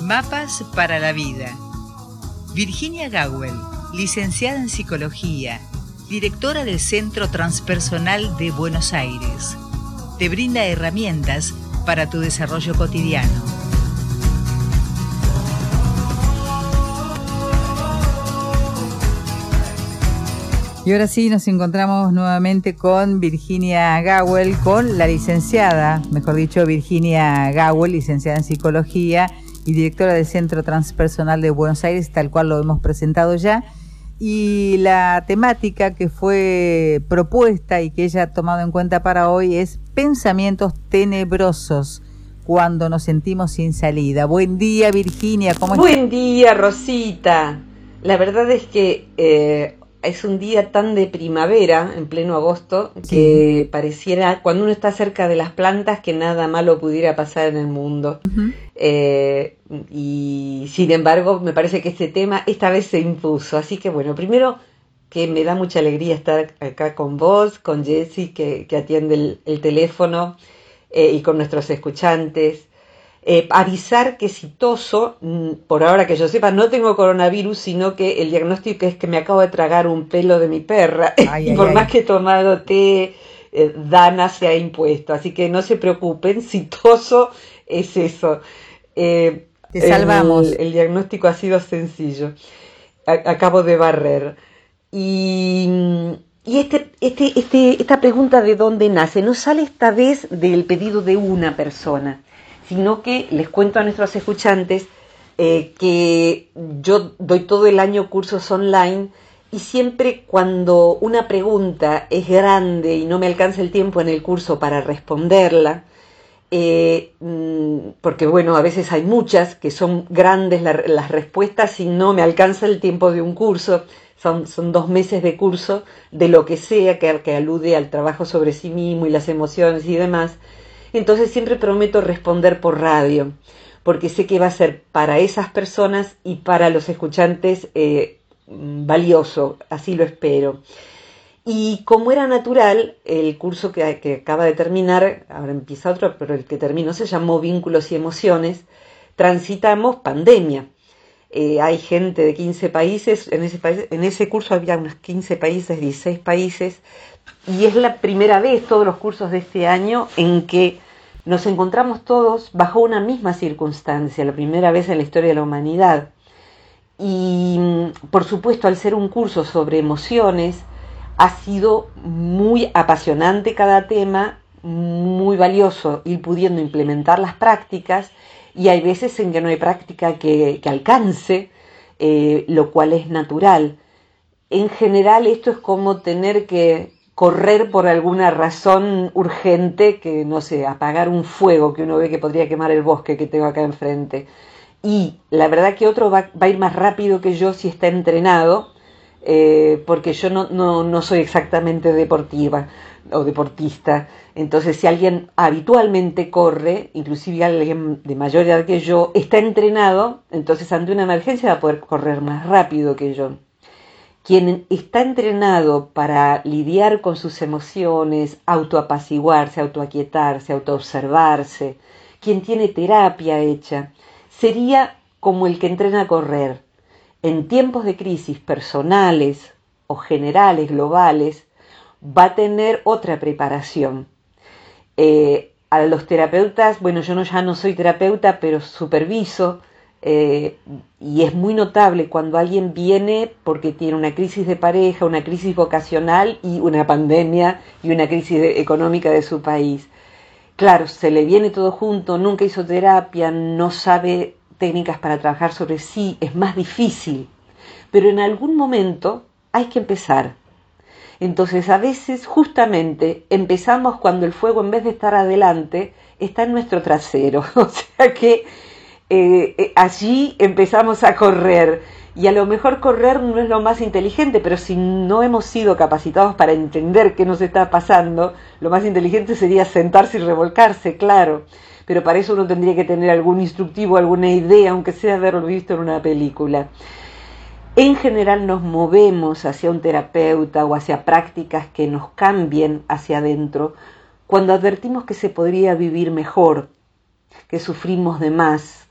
Mapas para la vida. Virginia Gawel, licenciada en Psicología, directora del Centro Transpersonal de Buenos Aires, te brinda herramientas para tu desarrollo cotidiano. Y ahora sí nos encontramos nuevamente con Virginia Gawel, con la licenciada, mejor dicho, Virginia Gawel, licenciada en Psicología y directora del Centro Transpersonal de Buenos Aires, tal cual lo hemos presentado ya. Y la temática que fue propuesta y que ella ha tomado en cuenta para hoy es pensamientos tenebrosos cuando nos sentimos sin salida. Buen día, Virginia, ¿cómo estás? Buen día, Rosita. La verdad es que es un día tan de primavera, en pleno agosto, que pareciera, cuando uno está cerca de las plantas, que nada malo pudiera pasar en el mundo. Uh-huh. Y sin embargo, me parece que este tema esta vez se impuso. Así que bueno, primero que me da mucha alegría estar acá con vos, con Jessy, que atiende el teléfono, y con nuestros escuchantes. Avisar que si toso, por ahora que yo sepa, no tengo coronavirus, sino que el diagnóstico es que me acabo de tragar un pelo de mi perra. Y por más que he tomado té, Dana se ha impuesto. Así que no se preocupen, si toso es eso. Te salvamos. El diagnóstico ha sido sencillo. Acabo de barrer. Y esta pregunta de dónde nace no sale esta vez del pedido de una persona, sino que les cuento a nuestros escuchantes que yo doy todo el año cursos online y siempre cuando una pregunta es grande y no me alcanza el tiempo en el curso para responderla, porque bueno, a veces hay muchas que son grandes las respuestas y no me alcanza el tiempo de un curso, son 2 meses de curso de lo que sea que alude al trabajo sobre sí mismo y las emociones y demás. Entonces siempre prometo responder por radio, porque sé que va a ser para esas personas y para los escuchantes valioso, así lo espero. Y como era natural, el curso que acaba de terminar, ahora empieza otro, pero el que terminó se llamó Vínculos y Emociones, transitamos pandemia. Hay gente de 15 países, en ese curso había unos 15 países, 16 países, y es la primera vez, todos los cursos de este año, en que nos encontramos todos bajo una misma circunstancia, la primera vez en la historia de la humanidad. Y por supuesto, al ser un curso sobre emociones, ha sido muy apasionante cada tema, muy valioso ir pudiendo implementar las prácticas, y hay veces en que no hay práctica que alcance, lo cual es natural. En general esto es como tener que correr por alguna razón urgente, que no sé, apagar un fuego que uno ve que podría quemar el bosque que tengo acá enfrente. Y la verdad que otro va a ir más rápido que yo si está entrenado, porque yo no soy exactamente deportiva o deportista. Entonces si alguien habitualmente corre, inclusive alguien de mayor edad que yo, está entrenado, entonces ante una emergencia va a poder correr más rápido que yo. Quien está entrenado para lidiar con sus emociones, autoapaciguarse, autoaquietarse, autoobservarse, quien tiene terapia hecha, sería como el que entrena a correr. En tiempos de crisis personales o generales, globales, va a tener otra preparación. A los terapeutas, bueno, yo ya no soy terapeuta, pero superviso, y es muy notable cuando alguien viene porque tiene una crisis de pareja, una crisis vocacional y una pandemia y una crisis económica de su país. Claro, se le viene todo junto, nunca hizo terapia, no sabe técnicas para trabajar sobre sí, es más difícil, pero en algún momento hay que empezar. Entonces a veces justamente empezamos cuando el fuego, en vez de estar adelante, está en nuestro trasero, o sea que allí empezamos a correr, y a lo mejor correr no es lo más inteligente, pero si no hemos sido capacitados para entender qué nos está pasando, lo más inteligente sería sentarse y revolcarse, claro, pero para eso uno tendría que tener algún instructivo, alguna idea, aunque sea haberlo visto en una película. En general nos movemos hacia un terapeuta o hacia prácticas que nos cambien hacia adentro cuando advertimos que se podría vivir mejor, que sufrimos de más,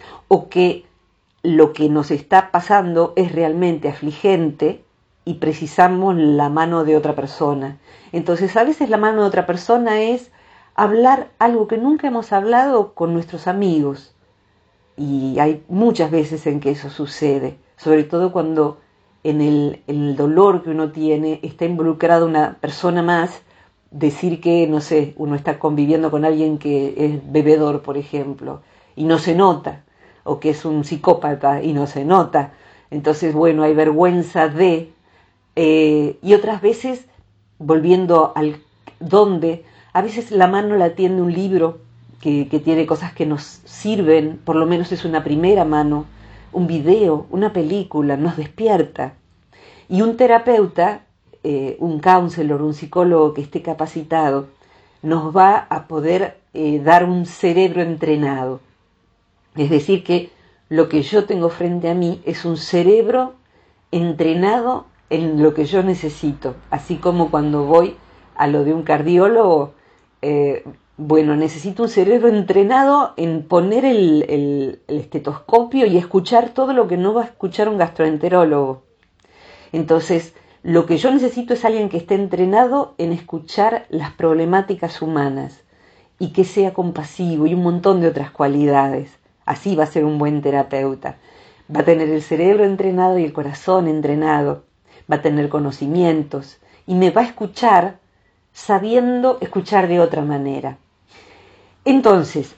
o que lo que nos está pasando es realmente afligente y precisamos la mano de otra persona. Entonces, a veces la mano de otra persona es hablar algo que nunca hemos hablado con nuestros amigos. Y hay muchas veces en que eso sucede, sobre todo cuando en el dolor que uno tiene está involucrada una persona más. Decir que, no sé, uno está conviviendo con alguien que es bebedor, por ejemplo, y no se nota, o que es un psicópata y no se nota. Entonces, bueno, hay vergüenza de... y otras veces, volviendo al dónde, a veces la mano la tiende un libro que tiene cosas que nos sirven, por lo menos es una primera mano, un video, una película, nos despierta. Y un terapeuta, un counselor, un psicólogo que esté capacitado, nos va a poder dar un cerebro entrenado. Es decir, que lo que yo tengo frente a mí es un cerebro entrenado en lo que yo necesito. Así como cuando voy a lo de un cardiólogo, bueno, necesito un cerebro entrenado en poner el estetoscopio y escuchar todo lo que no va a escuchar un gastroenterólogo. Entonces, lo que yo necesito es alguien que esté entrenado en escuchar las problemáticas humanas y que sea compasivo y un montón de otras cualidades. Así va a ser un buen terapeuta. Va a tener el cerebro entrenado y el corazón entrenado. Va a tener conocimientos y me va a escuchar sabiendo escuchar de otra manera. Entonces,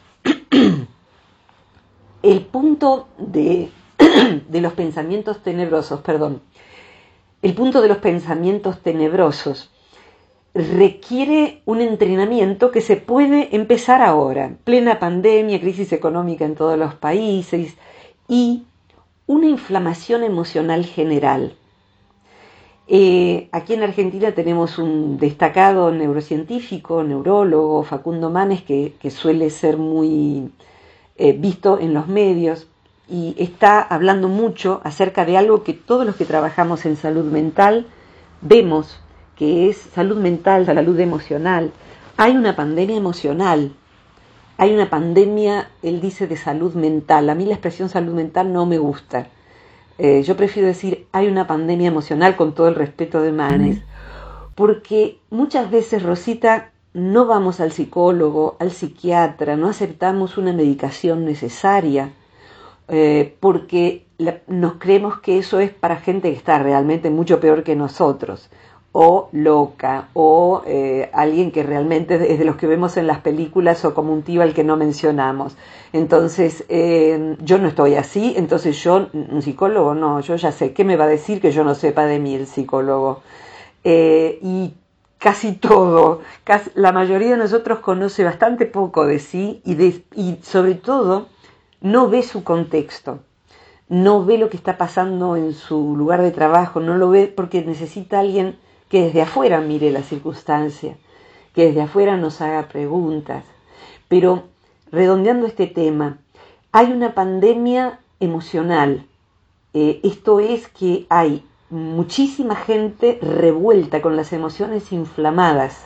el punto de los pensamientos tenebrosos, el punto de los pensamientos tenebrosos requiere un entrenamiento que se puede empezar ahora, plena pandemia, crisis económica en todos los países y una inflamación emocional general. Aquí en Argentina tenemos un destacado neurocientífico, neurólogo, Facundo Manes, que suele ser muy visto en los medios y está hablando mucho acerca de algo que todos los que trabajamos en salud mental vemos, que es salud mental, salud emocional. Hay una pandemia emocional, hay una pandemia, él dice, de salud mental. A mí la expresión salud mental no me gusta. Yo prefiero decir hay una pandemia emocional, con todo el respeto de Manes, porque muchas veces, Rosita, no vamos al psicólogo, al psiquiatra, no aceptamos una medicación necesaria, porque nos creemos que eso es para gente que está realmente mucho peor que nosotros, o loca, o alguien que realmente es de los que vemos en las películas, o como un tío al que no mencionamos. Entonces, yo no estoy así, entonces yo, un psicólogo, no, yo ya sé, ¿qué me va a decir que yo no sepa de mí el psicólogo? Y casi todo, la mayoría de nosotros conoce bastante poco de sí y sobre todo no ve su contexto, no ve lo que está pasando en su lugar de trabajo, no lo ve porque necesita alguien que desde afuera mire la circunstancia, que desde afuera nos haga preguntas. Pero redondeando este tema, hay una pandemia emocional. Esto es que hay muchísima gente revuelta con las emociones inflamadas,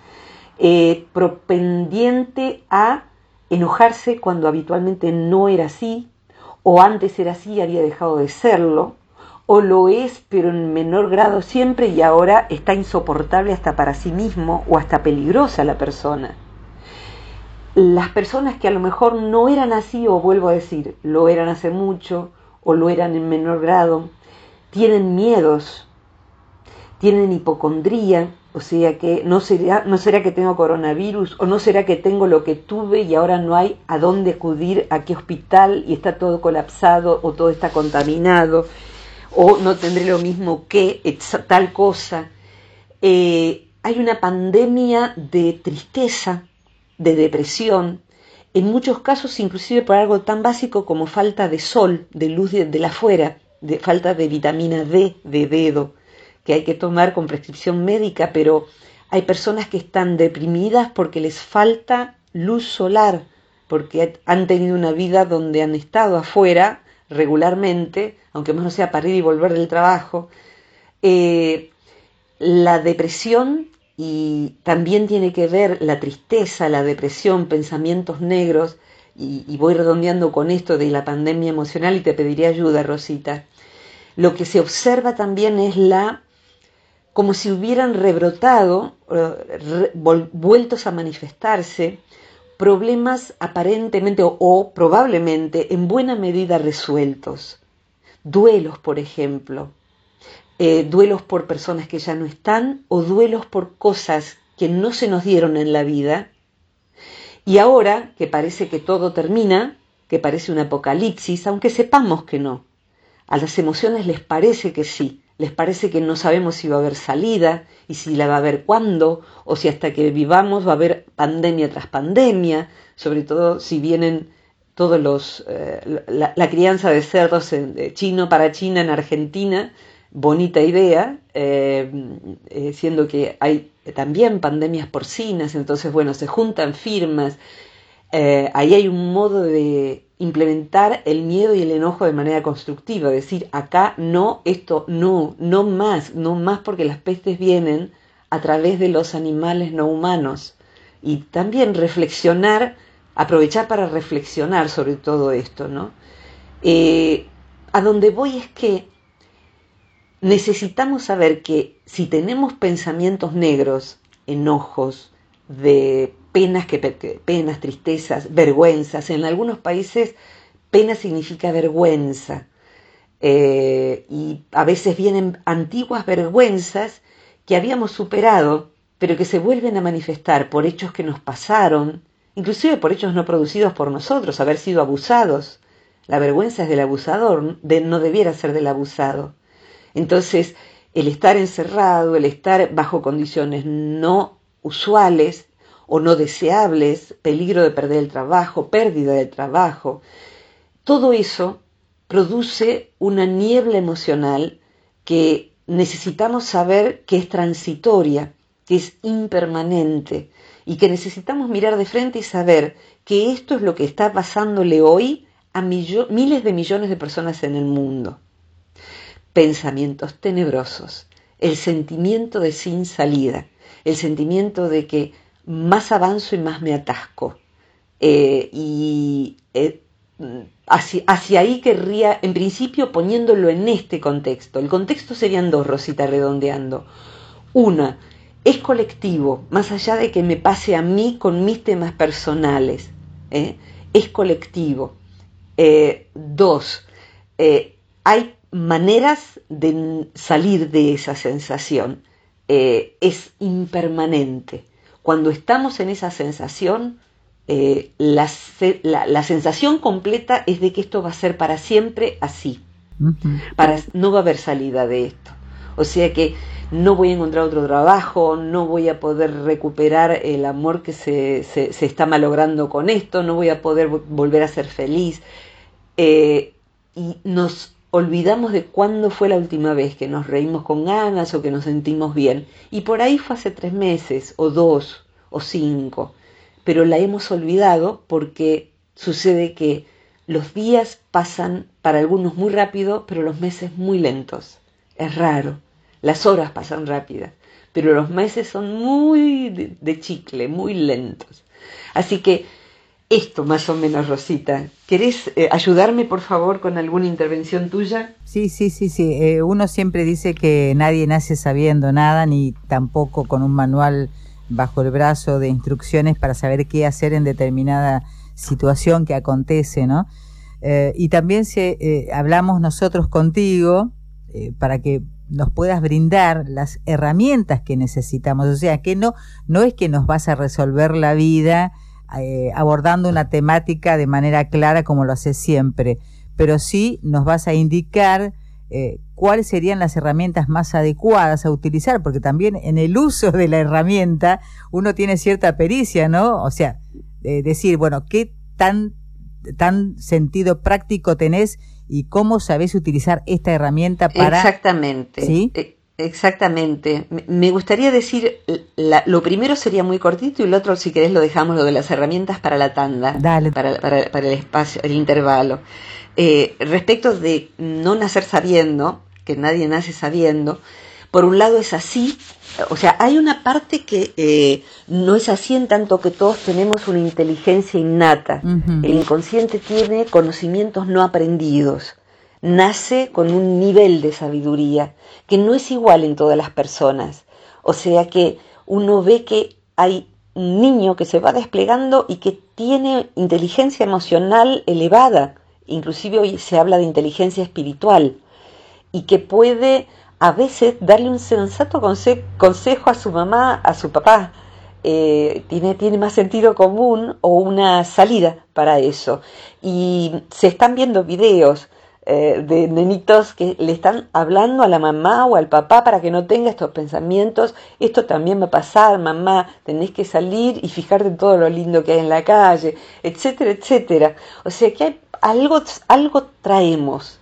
propendiente a enojarse cuando habitualmente no era así, o antes era así y había dejado de serlo, o lo es pero en menor grado siempre y ahora está insoportable hasta para sí mismo o hasta peligrosa la persona. Las personas que a lo mejor no eran así, o vuelvo a decir, lo eran hace mucho o lo eran en menor grado, tienen miedos, tienen hipocondría, o sea que no será que tengo coronavirus, o no será que tengo lo que tuve y ahora no hay a dónde acudir, a qué hospital y está todo colapsado o todo está contaminado, o no tendré lo mismo que tal cosa. Hay una pandemia de tristeza, de depresión, en muchos casos inclusive por algo tan básico como falta de sol, de luz de la afuera, de falta de vitamina D, de dedo, que hay que tomar con prescripción médica, pero hay personas que están deprimidas porque les falta luz solar, porque han tenido una vida donde han estado afuera regularmente, aunque más no sea para ir y volver del trabajo. La depresión, y también tiene que ver la tristeza, la depresión, pensamientos negros, y voy redondeando con esto de la pandemia emocional y te pediré ayuda, Rosita, lo que se observa también es como si hubieran rebrotado, vueltos a manifestarse, problemas aparentemente o probablemente en buena medida resueltos. Duelos, por ejemplo, duelos por personas que ya no están o duelos por cosas que no se nos dieron en la vida. Y ahora que parece que todo termina, que parece un apocalipsis, aunque sepamos que no, a las emociones les parece que sí, les parece que no sabemos si va a haber salida y si la va a haber cuándo, o si hasta que vivamos va a haber pandemia tras pandemia, sobre todo si vienen todos la crianza de cerdos de chino para China en Argentina, bonita idea, siendo que hay también pandemias porcinas, entonces bueno, se juntan firmas, ahí hay un modo de implementar el miedo y el enojo de manera constructiva, decir acá no, esto no, no más porque las pestes vienen a través de los animales no humanos, y también reflexionar, aprovechar para reflexionar sobre todo esto, ¿no? A donde voy es que necesitamos saber que si tenemos pensamientos negros, enojos, de penas, tristezas, vergüenzas, en algunos países pena significa vergüenza, y a veces vienen antiguas vergüenzas que habíamos superado, pero que se vuelven a manifestar por hechos que nos pasaron, inclusive por hechos no producidos por nosotros, haber sido abusados. La vergüenza es del abusador, no debiera ser del abusado. Entonces, el estar encerrado, el estar bajo condiciones no usuales o no deseables, peligro de perder el trabajo, pérdida del trabajo, todo eso produce una niebla emocional que necesitamos saber que es transitoria, que es impermanente, y que necesitamos mirar de frente y saber que esto es lo que está pasándole hoy a miles de millones de personas en el mundo. Pensamientos tenebrosos, el sentimiento de sin salida, el sentimiento de que más avanzo y más me atasco. Hacia ahí querría, en principio, poniéndolo en este contexto. El contexto serían dos, Rosita, redondeando. Una, es colectivo, más allá de que me pase a mí con mis temas personales. Es colectivo. Dos, hay maneras de salir de esa sensación. Es impermanente. Cuando estamos en esa sensación, la sensación completa es de que esto va a ser para siempre así. No va a haber salida de esto. O sea que no voy a encontrar otro trabajo, no voy a poder recuperar el amor que se está malogrando con esto, no voy a poder volver a ser feliz. Y nos olvidamos de cuándo fue la última vez que nos reímos con ganas o que nos sentimos bien. Y por ahí fue hace 3 meses, o 2, o 5. Pero la hemos olvidado porque sucede que los días pasan para algunos muy rápido, pero los meses muy lentos. Es raro. Las horas pasan rápidas, pero los meses son muy de chicle, muy lentos. Así que esto más o menos, Rosita. ¿Querés ayudarme, por favor, con alguna intervención tuya? Sí. Uno siempre dice que nadie nace sabiendo nada, ni tampoco con un manual bajo el brazo de instrucciones para saber qué hacer en determinada situación que acontece, ¿no? Y también hablamos nosotros contigo para que nos puedas brindar las herramientas que necesitamos. O sea, que no es que nos vas a resolver la vida abordando una temática de manera clara como lo haces siempre, pero sí nos vas a indicar cuáles serían las herramientas más adecuadas a utilizar, porque también en el uso de la herramienta uno tiene cierta pericia, ¿no? O sea, decir, bueno, qué tan sentido práctico tenés y cómo sabés utilizar esta herramienta para... Exactamente. ¿Sí? Exactamente. Me gustaría decir, lo primero sería muy cortito y lo otro, si querés, lo dejamos, lo de las herramientas para la tanda. Dale. Para el espacio, el intervalo. Respecto de no nacer sabiendo, que nadie nace sabiendo, Por un lado es así, o sea, hay una parte que no es así en tanto que todos tenemos una inteligencia innata. Ujú. El inconsciente tiene conocimientos no aprendidos, nace con un nivel de sabiduría que no es igual en todas las personas. O sea que uno ve que hay un niño que se va desplegando y que tiene inteligencia emocional elevada, inclusive hoy se habla de inteligencia espiritual, y que puede a veces darle un sensato consejo a su mamá, a su papá. Tiene más sentido común o una salida para eso. Y se están viendo videos de nenitos que le están hablando a la mamá o al papá para que no tenga estos pensamientos. Esto también va a pasar, mamá, tenés que salir y fijarte en todo lo lindo que hay en la calle, etcétera, etcétera. O sea que hay algo traemos,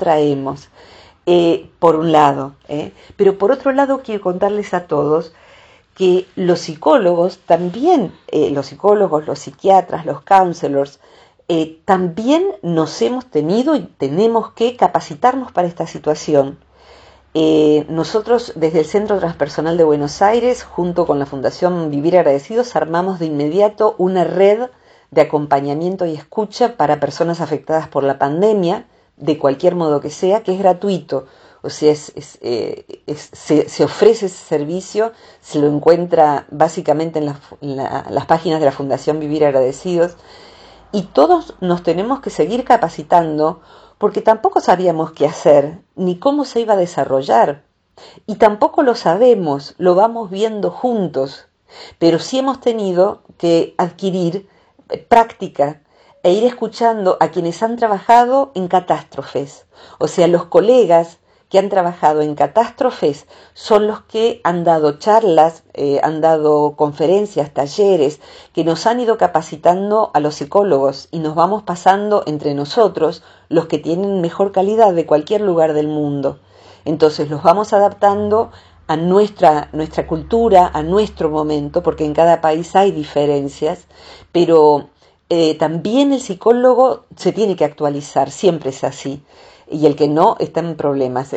por un lado, pero por otro lado quiero contarles a todos que los psicólogos también, los psicólogos, los psiquiatras, los counselors, también nos hemos tenido y tenemos que capacitarnos para esta situación. Nosotros desde el Centro Transpersonal de Buenos Aires, junto con la Fundación Vivir Agradecidos, armamos de inmediato una red de acompañamiento y escucha para personas afectadas por la pandemia, de cualquier modo que sea, que es gratuito. O sea, se ofrece ese servicio, se lo encuentra básicamente en las páginas de la Fundación Vivir Agradecidos, y todos nos tenemos que seguir capacitando porque tampoco sabíamos qué hacer, ni cómo se iba a desarrollar, y tampoco lo sabemos, lo vamos viendo juntos, pero sí hemos tenido que adquirir práctica e ir escuchando a quienes han trabajado en catástrofes. O sea, los colegas que han trabajado en catástrofes son los que han dado charlas, han dado conferencias, talleres, que nos han ido capacitando a los psicólogos y nos vamos pasando entre nosotros los que tienen mejor calidad de cualquier lugar del mundo. Entonces los vamos adaptando a nuestra cultura, a nuestro momento, porque en cada país hay diferencias, pero también el psicólogo se tiene que actualizar, siempre es así, y el que no está en problemas,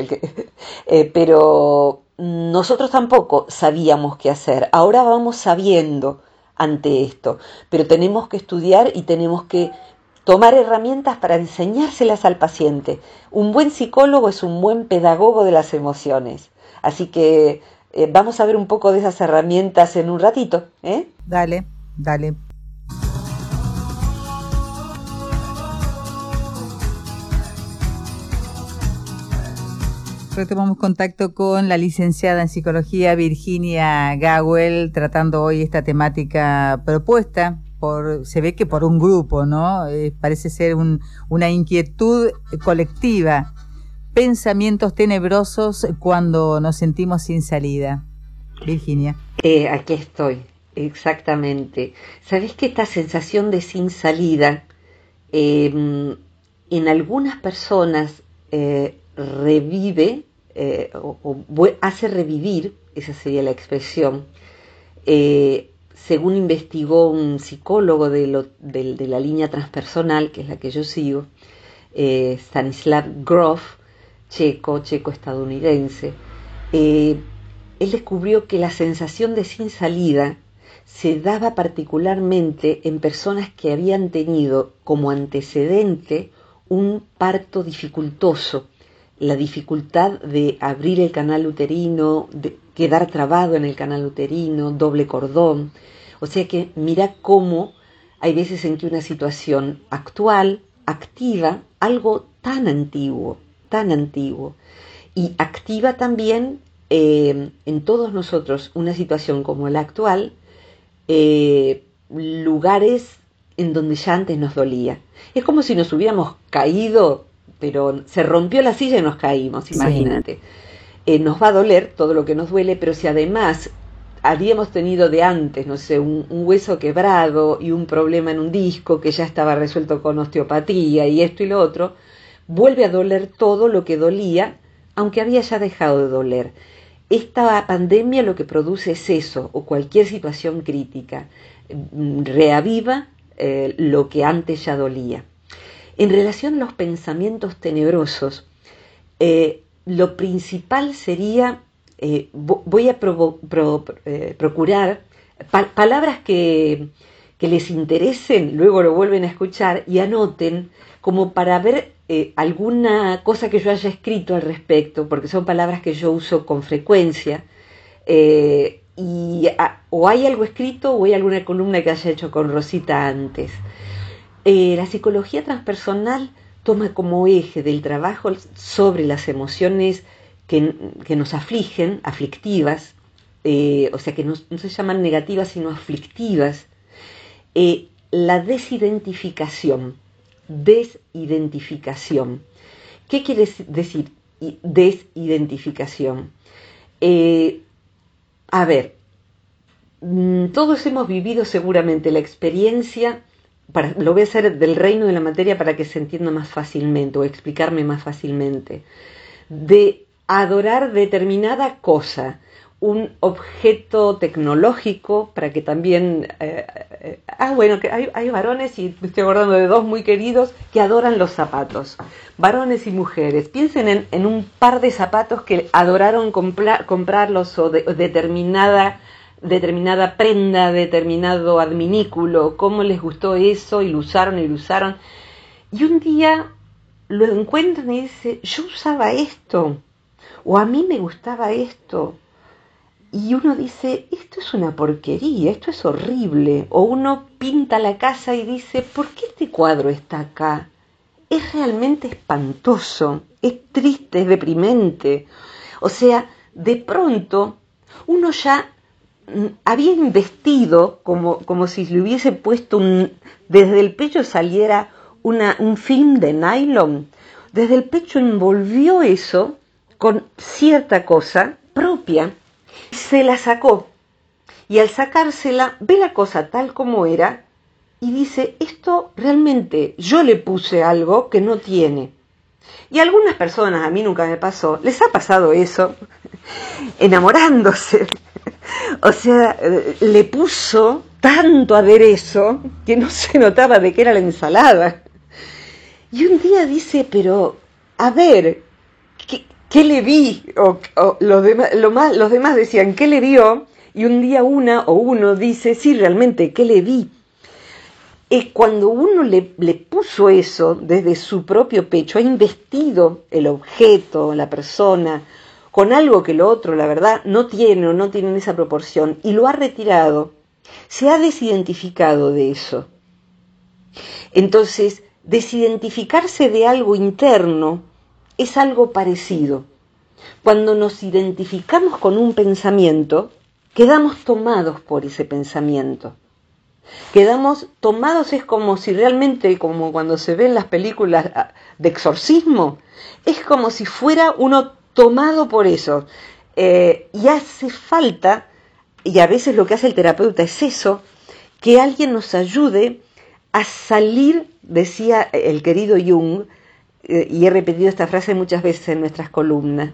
pero nosotros tampoco sabíamos qué hacer, ahora vamos sabiendo ante esto, pero tenemos que estudiar y tenemos que tomar herramientas para enseñárselas al paciente. Un buen psicólogo es un buen pedagogo de las emociones, así que vamos a ver un poco de esas herramientas en un ratito, ¿eh? Dale. Retomamos contacto con la licenciada en psicología Virginia Gawel, tratando hoy esta temática propuesta se ve que por un grupo, ¿no? Parece ser una inquietud colectiva. Pensamientos tenebrosos cuando nos sentimos sin salida. Virginia. Aquí estoy, exactamente. ¿Sabés que esta sensación de sin salida en algunas personas revive hace revivir, esa sería la expresión, según investigó un psicólogo de la línea transpersonal, que es la que yo sigo, Stanislav Grof, checo-estadounidense, él descubrió que la sensación de sin salida se daba particularmente en personas que habían tenido como antecedente un parto dificultoso, la dificultad de abrir el canal uterino, de quedar trabado en el canal uterino, doble cordón. O sea que mira cómo hay veces en que una situación actual activa algo tan antiguo, y activa también en todos nosotros una situación como la actual, lugares en donde ya antes nos dolía. Es como si nos hubiéramos caído, pero se rompió la silla y nos caímos, imagínate. Sí. Nos va a doler todo lo que nos duele, pero si además habíamos tenido de antes, no sé, un hueso quebrado y un problema en un disco que ya estaba resuelto con osteopatía y esto y lo otro, vuelve a doler todo lo que dolía, aunque había ya dejado de doler. Esta pandemia lo que produce es eso, o cualquier situación crítica, reaviva lo que antes ya dolía. En relación a los pensamientos tenebrosos, lo principal sería voy a procurar palabras que les interesen, luego lo vuelven a escuchar y anoten como para ver alguna cosa que yo haya escrito al respecto, porque son palabras que yo uso con frecuencia, o hay algo escrito o hay alguna columna que haya hecho con Rosita antes. La psicología transpersonal toma como eje del trabajo sobre las emociones que nos afligen, aflictivas, o sea que no se llaman negativas sino aflictivas, la desidentificación. Desidentificación. ¿Qué quiere decir desidentificación? A ver, todos hemos vivido seguramente la experiencia, lo voy a hacer del reino de la materia para que se entienda más fácilmente o explicarme más fácilmente, de adorar determinada cosa, un objeto tecnológico, para que también... bueno, que hay varones, y me estoy acordando de dos muy queridos, que adoran los zapatos. Varones y mujeres. Piensen en un par de zapatos que adoraron comprarlos, o determinada prenda, determinado adminículo, cómo les gustó eso, y lo usaron. Y un día lo encuentran y dicen, yo usaba esto, o a mí me gustaba esto. Y uno dice, esto es una porquería, esto es horrible. O uno pinta la casa y dice, ¿por qué este cuadro está acá? Es realmente espantoso, es triste, es deprimente. O sea, de pronto uno ya había investido como si le hubiese puesto desde el pecho saliera un film de nylon. Desde el pecho envolvió eso con cierta cosa propia. Se la sacó, y al sacársela ve la cosa tal como era y dice, esto realmente yo le puse algo que no tiene. Y a algunas personas, a mí nunca me pasó, les ha pasado eso, enamorándose. O sea, le puso tanto aderezo que no se notaba de qué era la ensalada. Y un día dice, pero, a ver, ¿qué le vi? Los demás decían, ¿qué le vio? Y un día uno dice, sí, realmente, ¿qué le vi? Es cuando uno le puso eso desde su propio pecho, ha investido el objeto, la persona, con algo que lo otro, la verdad, no tiene o no tiene en esa proporción, y lo ha retirado, se ha desidentificado de eso. Entonces, desidentificarse de algo interno es algo parecido. Cuando nos identificamos con un pensamiento, quedamos tomados por ese pensamiento. Quedamos tomados, es como si realmente, como cuando se ven las películas de exorcismo, es como si fuera uno tomado por eso. Y hace falta, y a veces lo que hace el terapeuta es eso, que alguien nos ayude a salir, decía el querido Jung, y he repetido esta frase muchas veces en nuestra columna,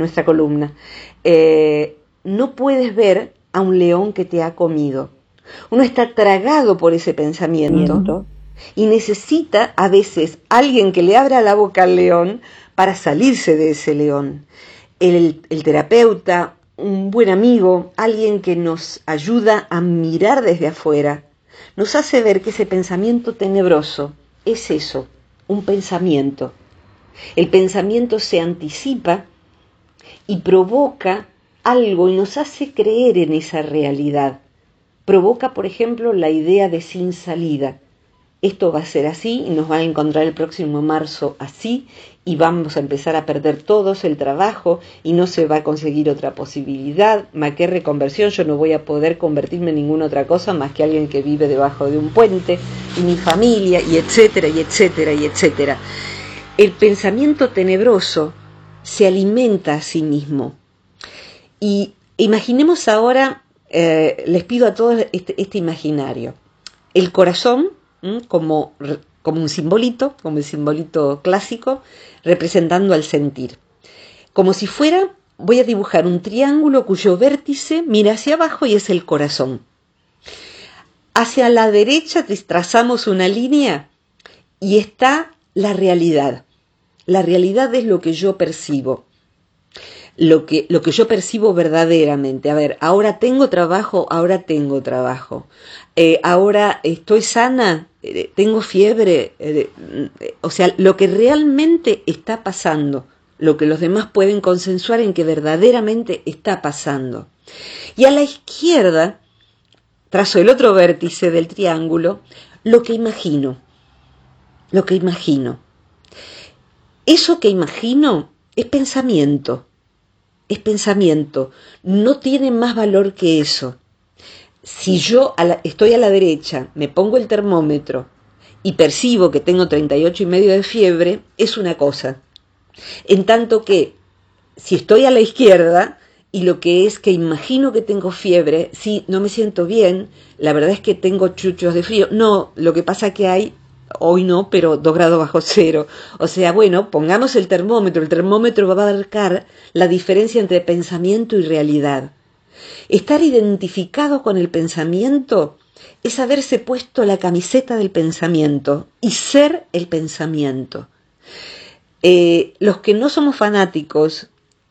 no puedes ver a un león que te ha comido. Uno está tragado por ese pensamiento y necesita a veces alguien que le abra la boca al león para salirse de ese león. El terapeuta, un buen amigo, alguien que nos ayuda a mirar desde afuera, nos hace ver que ese pensamiento tenebroso es eso, un pensamiento. El pensamiento se anticipa y provoca algo y nos hace creer en esa realidad. Provoca, por ejemplo, la idea de sin salida. Esto va a ser así y nos van a encontrar el próximo marzo así y vamos a empezar a perder todos el trabajo y no se va a conseguir otra posibilidad, más que reconversión. Yo no voy a poder convertirme en ninguna otra cosa más que alguien que vive debajo de un puente y mi familia, y etcétera, y etcétera, y etcétera. El pensamiento tenebroso se alimenta a sí mismo. Y imaginemos ahora, les pido a todos este imaginario. El corazón, como un simbolito, como el simbolito clásico, representando al sentir. Como si fuera, voy a dibujar un triángulo cuyo vértice mira hacia abajo y es el corazón. Hacia la derecha trazamos una línea y está la realidad. La realidad es lo que yo percibo. lo que yo percibo verdaderamente. A ver, ahora tengo trabajo, ahora estoy sana, tengo fiebre, o sea, lo que realmente está pasando, lo que los demás pueden consensuar en que verdaderamente está pasando. Y a la izquierda, trazo el otro vértice del triángulo, lo que imagino. Eso que imagino es pensamiento, no tiene más valor que eso. Si yo estoy a la derecha, me pongo el termómetro y percibo que tengo 38,5 de fiebre, es una cosa. En tanto que, si estoy a la izquierda y lo que es que imagino que tengo fiebre, sí, no me siento bien, la verdad es que tengo chuchos de frío. No, lo que pasa que hay, hoy no, pero 2 grados bajo cero. O sea, bueno, pongamos el termómetro va a marcar la diferencia entre pensamiento y realidad. Estar identificado con el pensamiento es haberse puesto la camiseta del pensamiento y ser el pensamiento. Los que no somos fanáticos,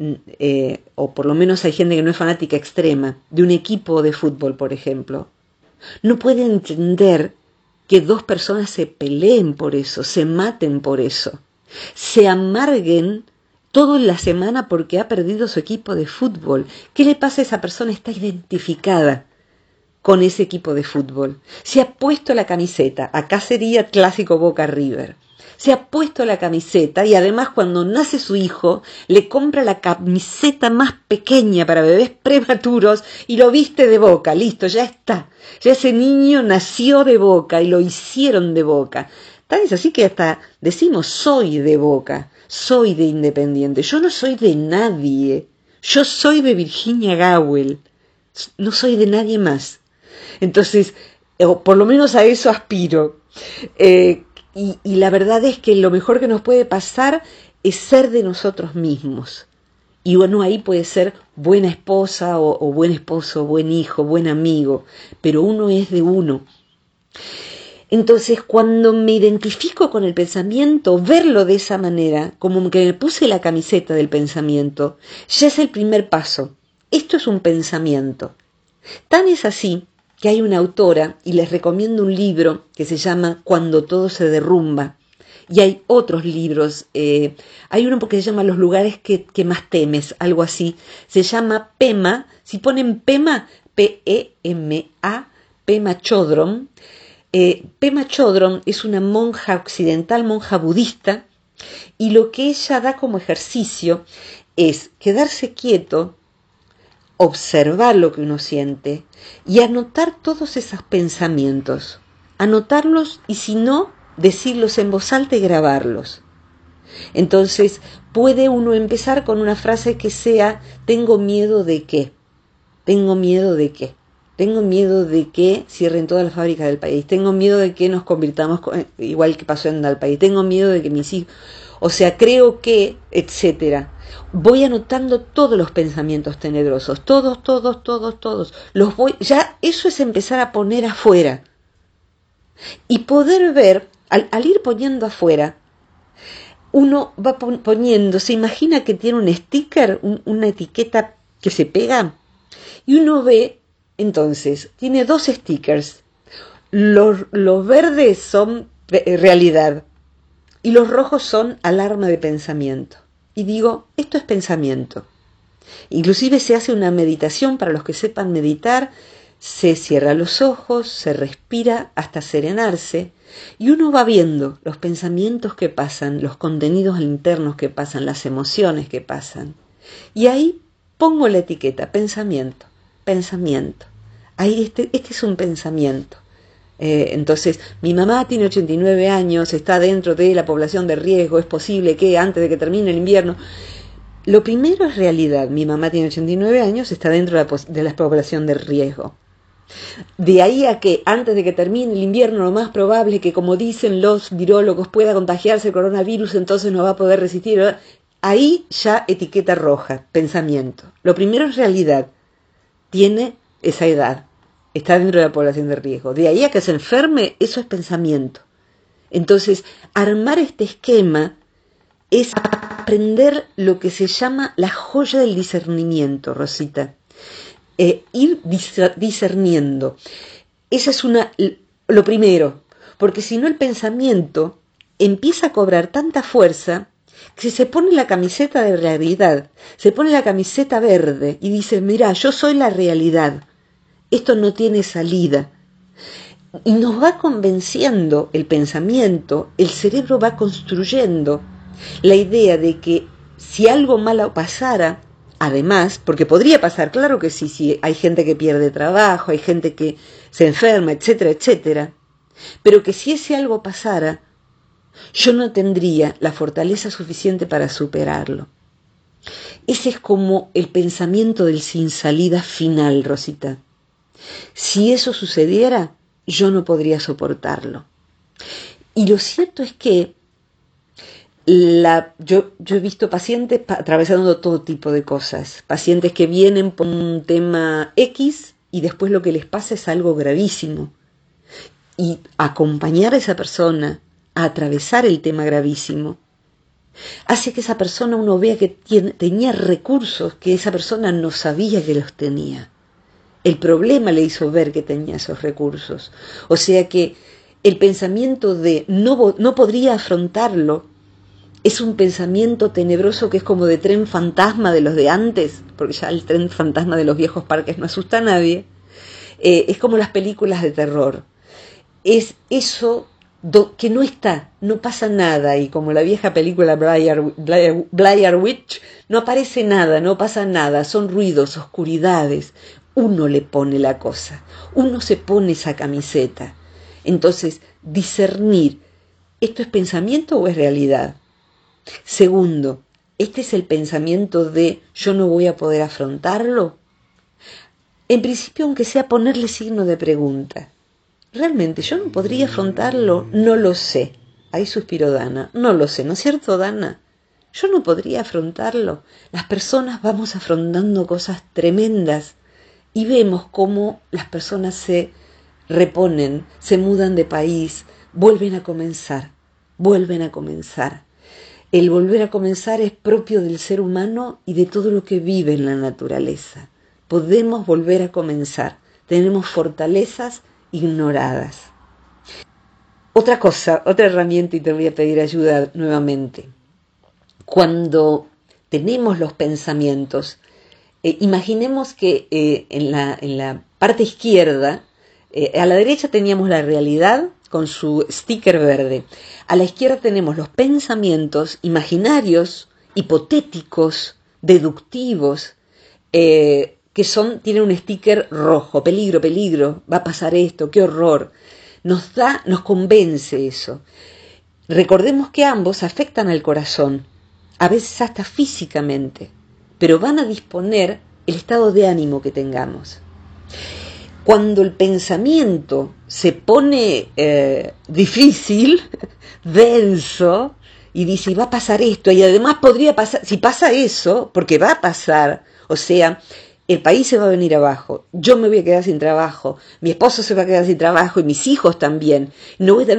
o por lo menos hay gente que no es fanática extrema, de un equipo de fútbol, por ejemplo, no pueden entender que 2 personas se peleen por eso, se maten por eso, se amarguen toda la semana porque ha perdido su equipo de fútbol. ¿Qué le pasa a esa persona? Está identificada con ese equipo de fútbol. Se ha puesto la camiseta, acá sería clásico Boca River. Se ha puesto la camiseta y además cuando nace su hijo le compra la camiseta más pequeña para bebés prematuros y lo viste de Boca, listo, ya está. Ya ese niño nació de Boca y lo hicieron de Boca. Tal es así que hasta decimos soy de Boca, soy de Independiente. Yo no soy de nadie, yo soy de Virginia Gawel, no soy de nadie más. Entonces, o por lo menos a eso aspiro. Y la verdad es que lo mejor que nos puede pasar es ser de nosotros mismos. Y bueno, ahí puede ser buena esposa o buen esposo, buen hijo, buen amigo, pero uno es de uno. Entonces, cuando me identifico con el pensamiento, verlo de esa manera, como que me puse la camiseta del pensamiento, ya es el primer paso. Esto es un pensamiento. Tan es así que hay una autora, y les recomiendo un libro que se llama Cuando todo se derrumba, y hay otros libros, hay uno que se llama Los lugares que más temes, algo así, se llama Pema, si ponen Pema, P-E-M-A, Pema Chodron. Pema Chodron es una monja occidental, monja budista, y lo que ella da como ejercicio es quedarse quieto, observar lo que uno siente y anotar todos esos pensamientos, anotarlos y si no, decirlos en voz alta y grabarlos. Entonces puede uno empezar con una frase que sea ¿tengo miedo de qué? ¿Tengo miedo de qué? Tengo miedo de que cierren todas las fábricas del país, tengo miedo de que nos convirtamos igual que pasó en el país, tengo miedo de que mis hijos, o sea, creo que, etcétera. Voy anotando todos los pensamientos tenebrosos, todos, los voy, ya eso es empezar a poner afuera y poder ver, al ir poniendo afuera, uno va poniendo, se imagina que tiene un sticker, una etiqueta que se pega y uno ve, entonces, tiene 2 stickers, los verdes son realidad y los rojos son alarma de pensamiento. Y digo, esto es pensamiento. Inclusive se hace una meditación, para los que sepan meditar, se cierra los ojos, se respira hasta serenarse y uno va viendo los pensamientos que pasan, los contenidos internos que pasan, las emociones que pasan. Y ahí pongo la etiqueta, pensamiento. Ahí este es un pensamiento. Entonces, mi mamá tiene 89 años, está dentro de la población de riesgo, es posible que antes de que termine el invierno... Lo primero es realidad, mi mamá tiene 89 años, está dentro de la población de riesgo. De ahí a que antes de que termine el invierno lo más probable es que, como dicen los virólogos, pueda contagiarse el coronavirus, entonces no va a poder resistir. Ahí ya etiqueta roja, pensamiento. Lo primero es realidad, tiene esa edad. Está dentro de la población de riesgo. De ahí a que se enferme, eso es pensamiento. Entonces, armar este esquema es aprender lo que se llama la joya del discernimiento, Rosita. Ir discerniendo. Esa es lo primero, porque si no el pensamiento empieza a cobrar tanta fuerza que se pone la camiseta de realidad, se pone la camiseta verde y dice, mira, yo soy la realidad, esto no tiene salida. Y nos va convenciendo el pensamiento, el cerebro va construyendo la idea de que si algo malo pasara, además, porque podría pasar, claro que sí, hay gente que pierde trabajo, hay gente que se enferma, etcétera, etcétera, pero que si ese algo pasara, yo no tendría la fortaleza suficiente para superarlo. Ese es como el pensamiento del sin salida final, Rosita. Si eso sucediera, yo no podría soportarlo. Y lo cierto es que yo he visto pacientes atravesando todo tipo de cosas. Pacientes que vienen por un tema X y después lo que les pasa es algo gravísimo. Y acompañar a esa persona a atravesar el tema gravísimo hace que esa persona uno vea que tenía recursos que esa persona no sabía que los tenía. El problema le hizo ver que tenía esos recursos. O sea que el pensamiento de no podría afrontarlo es un pensamiento tenebroso que es como de tren fantasma de los de antes, porque ya el tren fantasma de los viejos parques no asusta a nadie. Es como las películas de terror. Es eso que no está, no pasa nada, y como la vieja película Blair Witch, no aparece nada, no pasa nada, son ruidos, oscuridades. Uno le pone la cosa, uno se pone esa camiseta. Entonces, discernir, ¿esto es pensamiento o es realidad? Segundo, ¿este es el pensamiento de yo no voy a poder afrontarlo? En principio, aunque sea ponerle signo de pregunta. ¿Realmente yo no podría afrontarlo? No lo sé. Ahí suspiró Dana. No lo sé, ¿no es cierto, Dana? Yo no podría afrontarlo. Las personas vamos afrontando cosas tremendas y vemos cómo las personas se reponen, se mudan de país, vuelven a comenzar. El volver a comenzar es propio del ser humano y de todo lo que vive en la naturaleza. Podemos volver a comenzar. Tenemos fortalezas ignoradas. Otra cosa, otra herramienta, y te voy a pedir ayuda nuevamente. Cuando tenemos los pensamientos, imaginemos que en la parte izquierda, a la derecha teníamos la realidad con su sticker verde. A la izquierda tenemos los pensamientos imaginarios, hipotéticos, deductivos, tienen un sticker rojo, peligro, peligro, va a pasar esto, qué horror. Nos convence eso. Recordemos que ambos afectan al corazón, a veces hasta físicamente, pero van a disponer el estado de ánimo que tengamos. Cuando el pensamiento se pone difícil, denso, y dice, va a pasar esto, y además podría pasar, si pasa eso, porque va a pasar, o sea, el país se va a venir abajo, yo me voy a quedar sin trabajo, mi esposo se va a quedar sin trabajo y mis hijos también. No voy a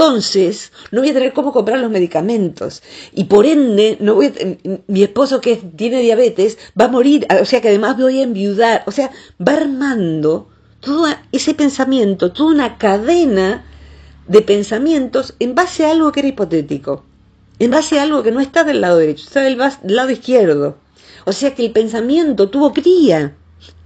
tener cómo comprar los medicamentos y por ende mi esposo que tiene diabetes va a morir, o sea que además voy a enviudar, o sea, va armando todo ese pensamiento, toda una cadena de pensamientos en base a algo que era hipotético, en base a algo que no está del lado derecho, está del lado izquierdo. O sea que el pensamiento tuvo cría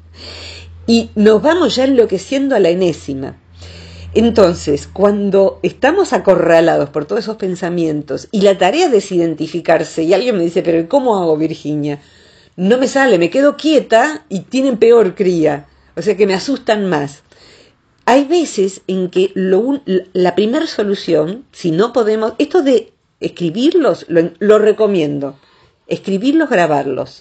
y nos vamos ya enloqueciendo a la enésima. Entonces, cuando estamos acorralados por todos esos pensamientos y la tarea es desidentificarse, y alguien me dice, pero ¿cómo hago, Virginia? No me sale, me quedo quieta y tienen peor cría, o sea que me asustan más. Hay veces en que la primera solución, si no podemos, esto de escribirlos, lo recomiendo, escribirlos, grabarlos.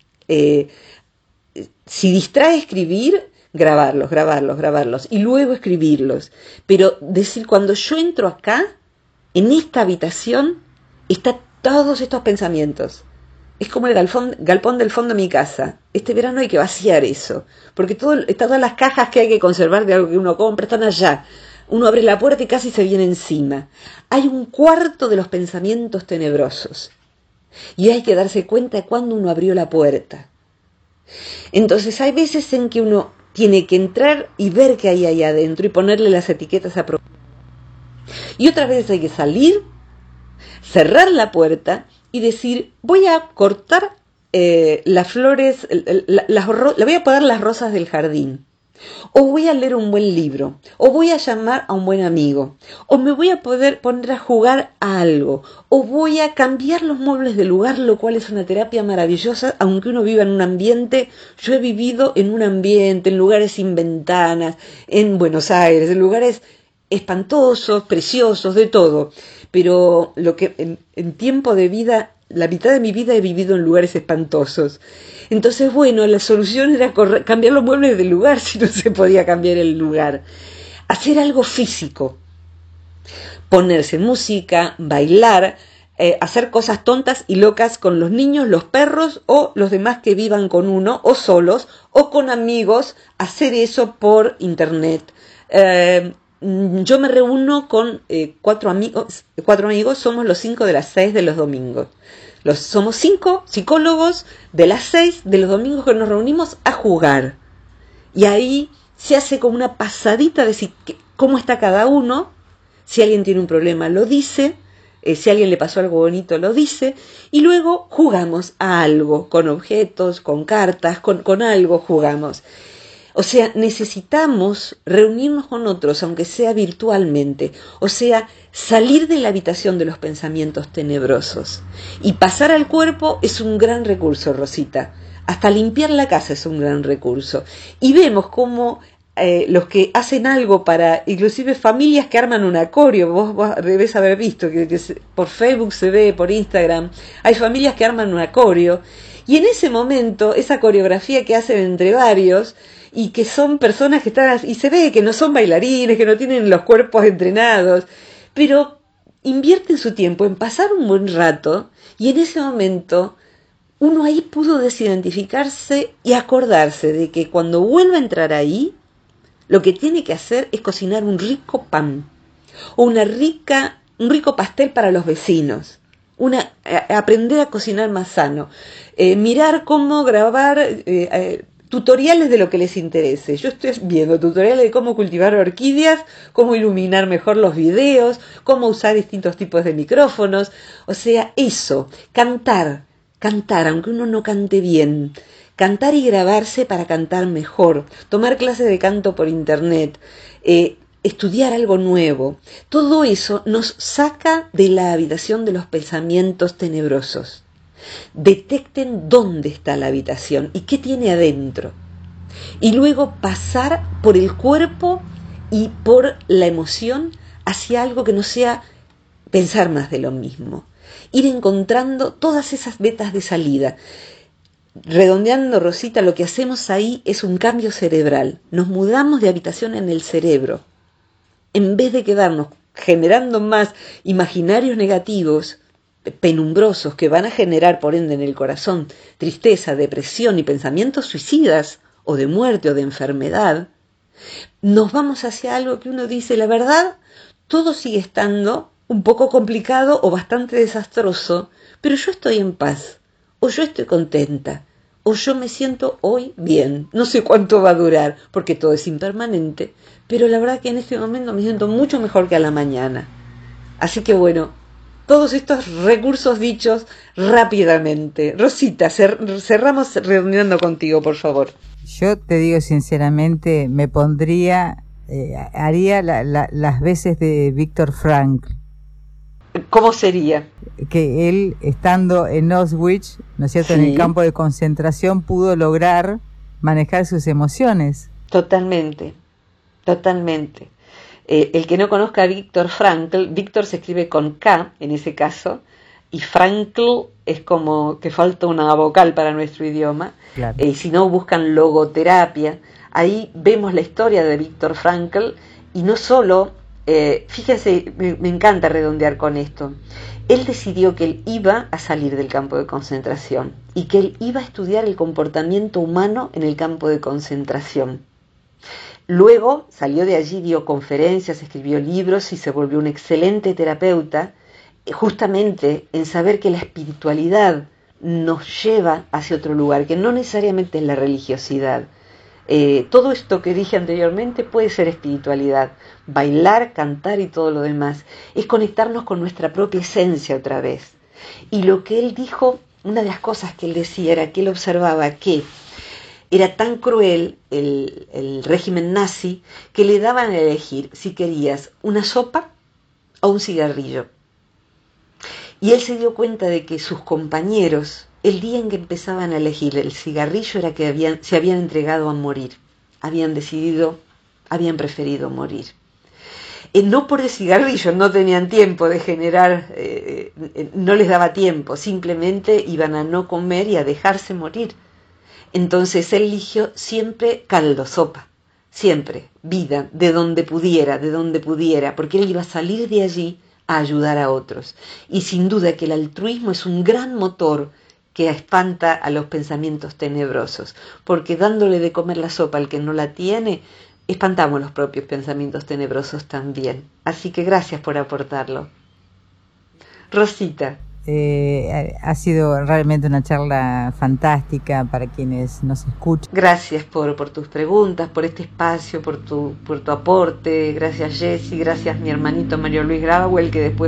Si distrae escribir, grabarlos y luego escribirlos. Pero decir, cuando yo entro acá, en esta habitación, están todos estos pensamientos. Es como el galpón del fondo de mi casa. Este verano hay que vaciar eso, porque todas las cajas que hay que conservar de algo que uno compra están allá. Uno abre la puerta y casi se viene encima. Hay un cuarto de los pensamientos tenebrosos. Y hay que darse cuenta de cuándo uno abrió la puerta. Entonces hay veces en que uno tiene que entrar y ver qué hay ahí adentro y ponerle las etiquetas apropiadas. Y otras veces hay que salir, cerrar la puerta y decir, voy a cortar las flores, le voy a poner las rosas del jardín. O voy a leer un buen libro, o voy a llamar a un buen amigo, o me voy a poder poner a jugar a algo, o voy a cambiar los muebles de lugar, lo cual es una terapia maravillosa, aunque uno viva en un ambiente. Yo he vivido en un ambiente, en lugares sin ventanas, en Buenos Aires, en lugares espantosos, preciosos, de todo, pero lo que en tiempo de vida, la mitad de mi vida he vivido en lugares espantosos. Entonces, bueno, la solución era cambiar los muebles del lugar, si no se podía cambiar el lugar. Hacer algo físico, ponerse música, bailar, hacer cosas tontas y locas con los niños, los perros o los demás que vivan con uno, o solos, o con amigos, hacer eso por internet. Yo me reúno con cuatro amigos, somos los 5 de las 6 de los domingos. Somos 5 psicólogos de las 6 de los domingos que nos reunimos a jugar. Y ahí se hace como una pasadita de cómo está cada uno. Si alguien tiene un problema, lo dice. Si a alguien le pasó algo bonito, lo dice. Y luego jugamos a algo, con objetos, con cartas, con algo jugamos. O sea, necesitamos reunirnos con otros, aunque sea virtualmente. O sea, salir de la habitación de los pensamientos tenebrosos. Y pasar al cuerpo es un gran recurso, Rosita. Hasta limpiar la casa es un gran recurso. Y vemos cómo los que hacen algo para, inclusive familias que arman un acorio, vos debes haber visto, que por Facebook se ve, por Instagram, hay familias que arman un acorio. Y en ese momento, esa coreografía que hacen entre varios, y que son personas que están, y se ve que no son bailarines, que no tienen los cuerpos entrenados, pero invierten su tiempo en pasar un buen rato, y en ese momento uno ahí pudo desidentificarse y acordarse de que cuando vuelva a entrar ahí, lo que tiene que hacer es cocinar un rico pan, o un rico pastel para los vecinos, aprender a cocinar más sano, mirar cómo grabar tutoriales de lo que les interese. Yo estoy viendo tutoriales de cómo cultivar orquídeas, cómo iluminar mejor los videos, cómo usar distintos tipos de micrófonos. O sea, eso, cantar, aunque uno no cante bien. Cantar y grabarse para cantar mejor. Tomar clases de canto por internet. Estudiar algo nuevo. Todo eso nos saca de la habitación de los pensamientos tenebrosos. Detecten dónde está la habitación y qué tiene adentro. Y luego pasar por el cuerpo y por la emoción hacia algo que no sea pensar más de lo mismo. Ir encontrando todas esas vetas de salida. Redondeando, Rosita, lo que hacemos ahí es un cambio cerebral. Nos mudamos de habitación en el cerebro. En vez de quedarnos generando más imaginarios negativos, penumbrosos, que van a generar por ende en el corazón tristeza, depresión y pensamientos suicidas o de muerte o de enfermedad, nos vamos hacia algo que uno dice, la verdad, todo sigue estando un poco complicado o bastante desastroso, pero yo estoy en paz, o yo estoy contenta, o yo me siento hoy bien. No sé cuánto va a durar, porque todo es impermanente, pero la verdad que en este momento me siento mucho mejor que a la mañana. Así que bueno, todos estos recursos dichos rápidamente. Rosita, cerramos reuniendo contigo, por favor. Yo te digo sinceramente, me pondría, haría las veces de Víctor Frankl. ¿Cómo sería? Que él, estando en Auschwitz, ¿no es cierto?, sí, en el campo de concentración, pudo lograr manejar sus emociones. Totalmente. El que no conozca a Víctor Frankl, Víctor se escribe con K en ese caso, y Frankl es como que falta una vocal para nuestro idioma. Claro. Si no, buscan logoterapia. Ahí vemos la historia de Víctor Frankl, y no solo, fíjense, me encanta redondear con esto. Él decidió que él iba a salir del campo de concentración y que él iba a estudiar el comportamiento humano en el campo de concentración. Luego salió de allí, dio conferencias, escribió libros y se volvió un excelente terapeuta. justamente en saber que la espiritualidad nos lleva hacia otro lugar, que no necesariamente es la religiosidad. Todo esto que dije anteriormente puede ser espiritualidad, bailar, cantar y todo lo demás, es conectarnos con nuestra propia esencia otra vez. Y lo que él dijo, una de las cosas que él decía era que él observaba que era tan cruel el régimen nazi que le daban a elegir si querías una sopa o un cigarrillo. Y él se dio cuenta de que sus compañeros, el día en que empezaban a elegir el cigarrillo, era que se habían entregado a morir, habían preferido morir. No por el cigarrillo, no tenían tiempo de generar, no les daba tiempo, simplemente iban a no comer y a dejarse morir. Entonces él eligió siempre caldo, sopa, siempre, vida, de donde pudiera, porque él iba a salir de allí a ayudar a otros. Y sin duda que el altruismo es un gran motor que espanta a los pensamientos tenebrosos, porque dándole de comer la sopa al que no la tiene, espantamos los propios pensamientos tenebrosos también. Así que gracias por aportarlo. Rosita. Ha sido realmente una charla fantástica para quienes nos escuchan. Gracias por tus preguntas, por este espacio, por tu aporte. Gracias Jessy, gracias mi hermanito Mario Luis Grawel, que después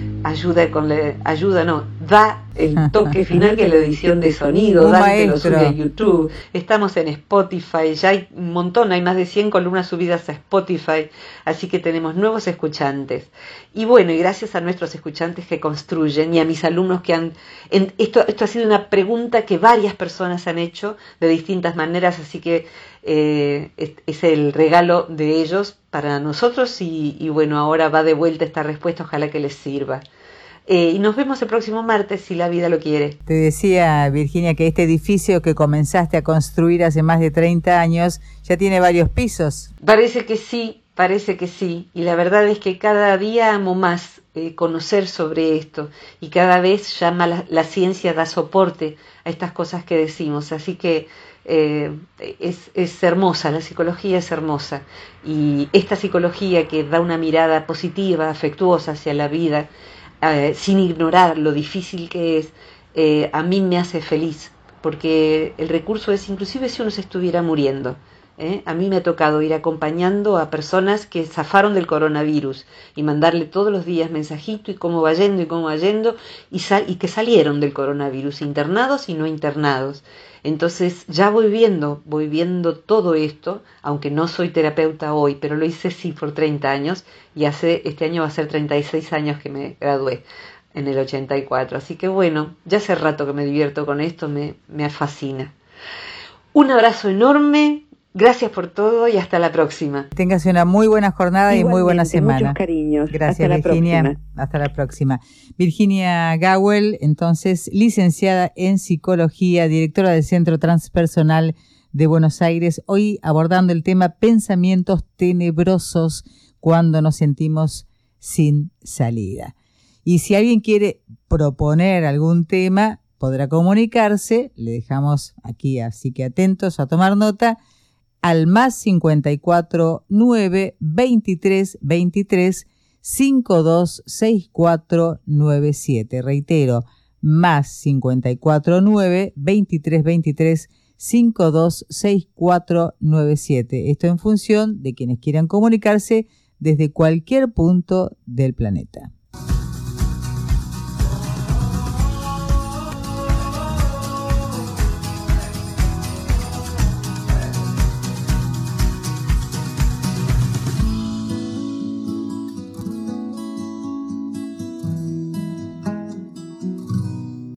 da el toque final, que es la edición de sonido. Dante lo sube a YouTube. Estamos en Spotify, ya hay un montón, hay más de 100 columnas subidas a Spotify, así que tenemos nuevos escuchantes. Y bueno, y gracias a nuestros escuchantes que construyen, y a mis alumnos que han... Esto ha sido una pregunta que varias personas han hecho de distintas maneras, así que es el regalo de ellos para nosotros, y bueno, ahora va de vuelta esta respuesta, ojalá que les sirva. Y nos vemos el próximo martes, si la vida lo quiere. Te decía, Virginia, que este edificio que comenzaste a construir hace más de 30 años ya tiene varios pisos. Parece que sí, y la verdad es que cada día amo más conocer sobre esto, y cada vez la ciencia da soporte a estas cosas que decimos, así que es hermosa, la psicología es hermosa, y esta psicología que da una mirada positiva, afectuosa hacia la vida, sin ignorar lo difícil que es, a mí me hace feliz, porque el recurso es inclusive si uno se estuviera muriendo. A mí me ha tocado ir acompañando a personas que zafaron del coronavirus y mandarle todos los días mensajito y cómo va yendo y que salieron del coronavirus, internados y no internados. Entonces ya voy viendo todo esto, aunque no soy terapeuta hoy, pero lo hice sí por 30 años y este año va a ser 36 años que me gradué en el 84. Así que bueno, ya hace rato que me divierto con esto, me fascina. Un abrazo enorme. Gracias por todo y hasta la próxima. Tengas una muy buena jornada. Igualmente, y muy buena semana. Muchos cariños. Gracias, hasta Virginia. La próxima. Hasta la próxima. Virginia Gawel, entonces, licenciada en Psicología, directora del Centro Transpersonal de Buenos Aires, hoy abordando el tema pensamientos tenebrosos cuando nos sentimos sin salida. Y si alguien quiere proponer algún tema, podrá comunicarse. Le dejamos aquí, así que atentos a tomar nota, al más 54 9 23 23 52 64 97. Reitero, más 54 9 23 23 52 64 97. Esto en función de quienes quieran comunicarse desde cualquier punto del planeta.